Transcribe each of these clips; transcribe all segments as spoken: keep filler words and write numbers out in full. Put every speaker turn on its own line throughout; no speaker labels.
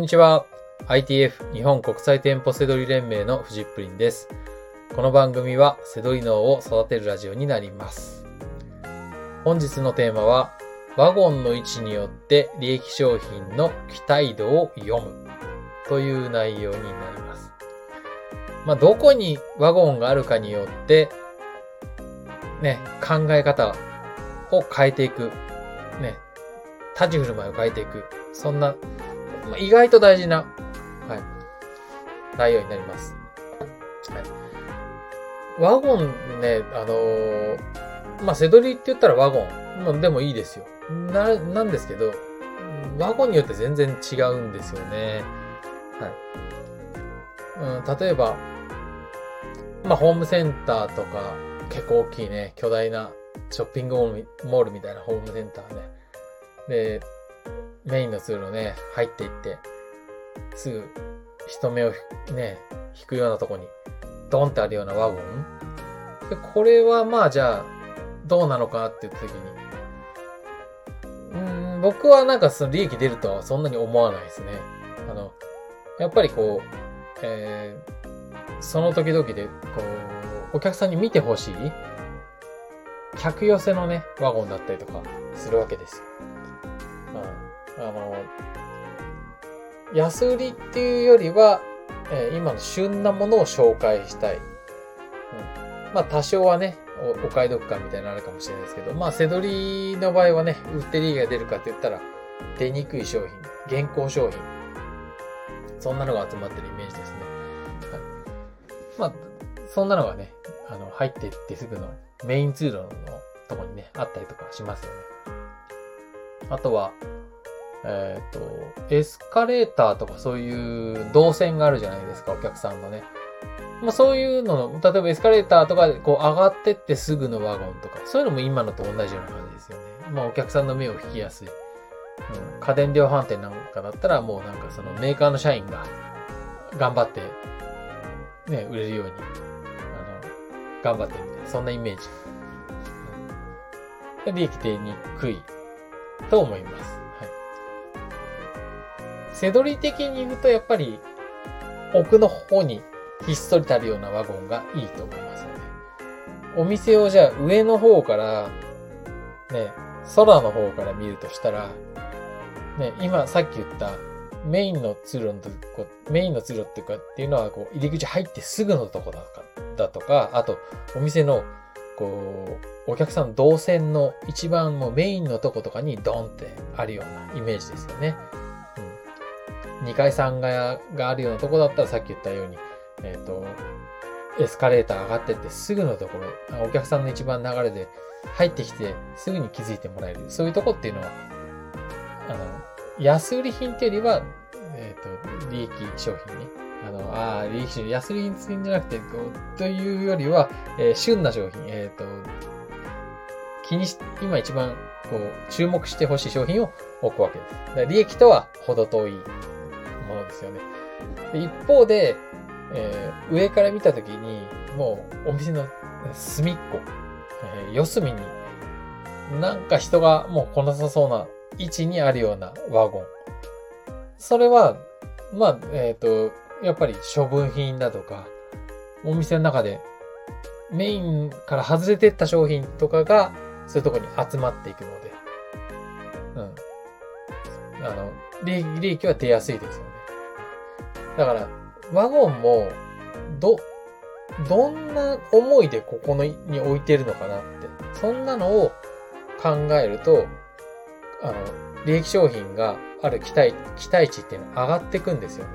にちは。アイティーエフ 日本国際店舗セドリ連盟のフジップリンです。この番組はセドリ脳を育てるラジオになります。本日のテーマは、ワゴンの位置によって利益商品の期待度を読むという内容になります。まあ、どこにワゴンがあるかによって、ね、考え方を変えていく。ね、立ち振る舞いを変えていく。そんな、まあ、意外と大事な、はい、内容になります。はい、ワゴンね、あのー、まあ、セドリって言ったらワゴン。まあ、でもいいですよ。な、なんですけど、ワゴンによって全然違うんですよね。はい。うん、例えば、まあ、ホームセンターとか、結構大きいね、巨大なショッピングモールみたいなホームセンターね。で、メインの通路ね、入っていって、すぐ人目をね、引くようなとこに、ドンってあるようなワゴン。で、これはまあじゃあ、どうなのかなって言った時に、うーん、僕はなんかその利益出るとはそんなに思わないですね。あの、やっぱりこう、えー、その時々で、こう、お客さんに見てほしい、客寄せのね、ワゴンだったりとかするわけですよ。うん、あの、安売りっていうよりは、えー、今の旬なものを紹介したい。うん、まあ多少はね、お, お買い得感みたいなのあるかもしれないですけど、まあセドリの場合はね、売って利益が出るかって言ったら、出にくい商品、現行商品。そんなのが集まってるイメージですね。はい、まあ、そんなのがね、あの、入っていってすぐのメイン通路のとこにね、あったりとかしますよね。あとは、えっと、エスカレーターとかそういう動線があるじゃないですか、お客さんのね。まあそういうのの、例えばエスカレーターとかでこう上がってってすぐのワゴンとか、そういうのも今のと同じような感じですよね。まあお客さんの目を引きやすい。うん、家電量販店なんかだったらもうなんかそのメーカーの社員が頑張ってね、売れるように、あの、頑張ってみたいな、そんなイメージ。うん、利益出にくいと思います。はい。セドリ的に言うとやっぱり奥の方にひっそりたるようなワゴンがいいと思いますよね。お店をじゃあ上の方からね、空の方から見るとしたら、ね、今さっき言ったメインの通路のとこ、メインの通路っていうかっていうのはこう入り口入ってすぐのとこだか、だとか、あとお店のこう、お客さんの動線の一番もうメインのとことかにドンってあるようなイメージですよね。うん。にかいさんがいがあるようなとこだったらさっき言ったように、えっと、エスカレーター上がってってすぐのところ、お客さんの一番流れで入ってきてすぐに気づいてもらえる。そういうとこっていうのは、あの、安売り品っていうよりは、えっと、利益商品ね。あの、ああ、利益商品、安売り品じゃなくて、こう、というよりは、えー、旬な商品、えっと、気にし、今一番、こう、注目してほしい商品を置くわけです。だから利益とは程遠いものですよね。で一方で、えー、上から見たときに、もう、お店の隅っこ、えー、四隅に、なんか人がもう来なさそうな位置にあるようなワゴン。それは、まあ、えっと、やっぱり処分品だとか、お店の中でメインから外れていった商品とかが、そういうところに集まっていくので、うん。あの、利利益は出やすいですよね。だから、ワゴンも、ど、どんな思いでここのに置いてるのかなって、そんなのを考えると、あの、利益商品がある期待、期待値っていうのは上がっていくんですよね。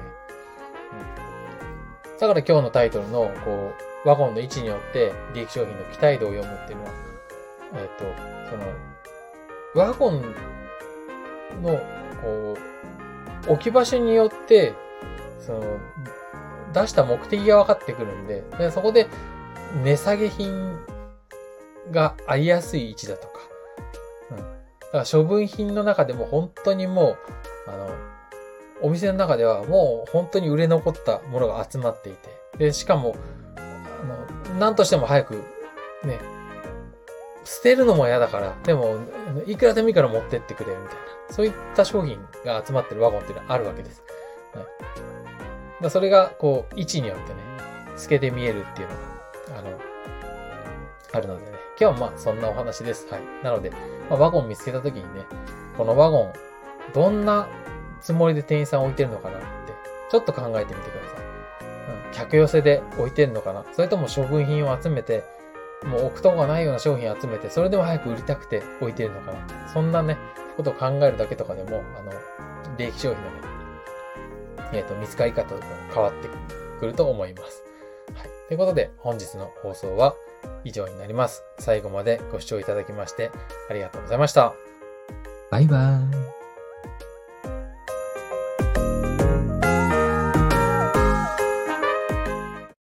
うん、だから今日のタイトルの、こう、ワゴンの位置によって利益商品の期待度を読むっていうのは、えっと、その、ワゴンの、こう、置き場所によって、その、出した目的が分かってくるんで、でそこで値下げ品がありやすい位置だとか、うん。だから処分品の中でも本当にもう、あの、お店の中ではもう本当に売れ残ったものが集まっていて、で、しかも、あの、何としても早く、ね、捨てるのも嫌だから、でも、いくらでもいいから持ってってくれ、みたいな。そういった商品が集まってるワゴンっていうのはあるわけです。 はい。だそれが、こう、位置によってね、透けて見えるっていうのが、あの、あるのでね。今日はまあ、そんなお話です。はい。なので、まあ、ワゴン見つけた時にね、このワゴン、どんなつもりで店員さん置いてるのかなって、ちょっと考えてみてください。うん。客寄せで置いてるのかな、それとも処分品を集めて、もう置くとこがないような商品を集めて、それでも早く売りたくて置いてるのかな。そんなね、ことを考えるだけとかでも、あの、利益商品のね、えっと、見つかり方とか変わってくると思います。はい。ということで、本日の放送は以上になります。最後までご視聴いただきましてありがとうございました。
バイバーイ。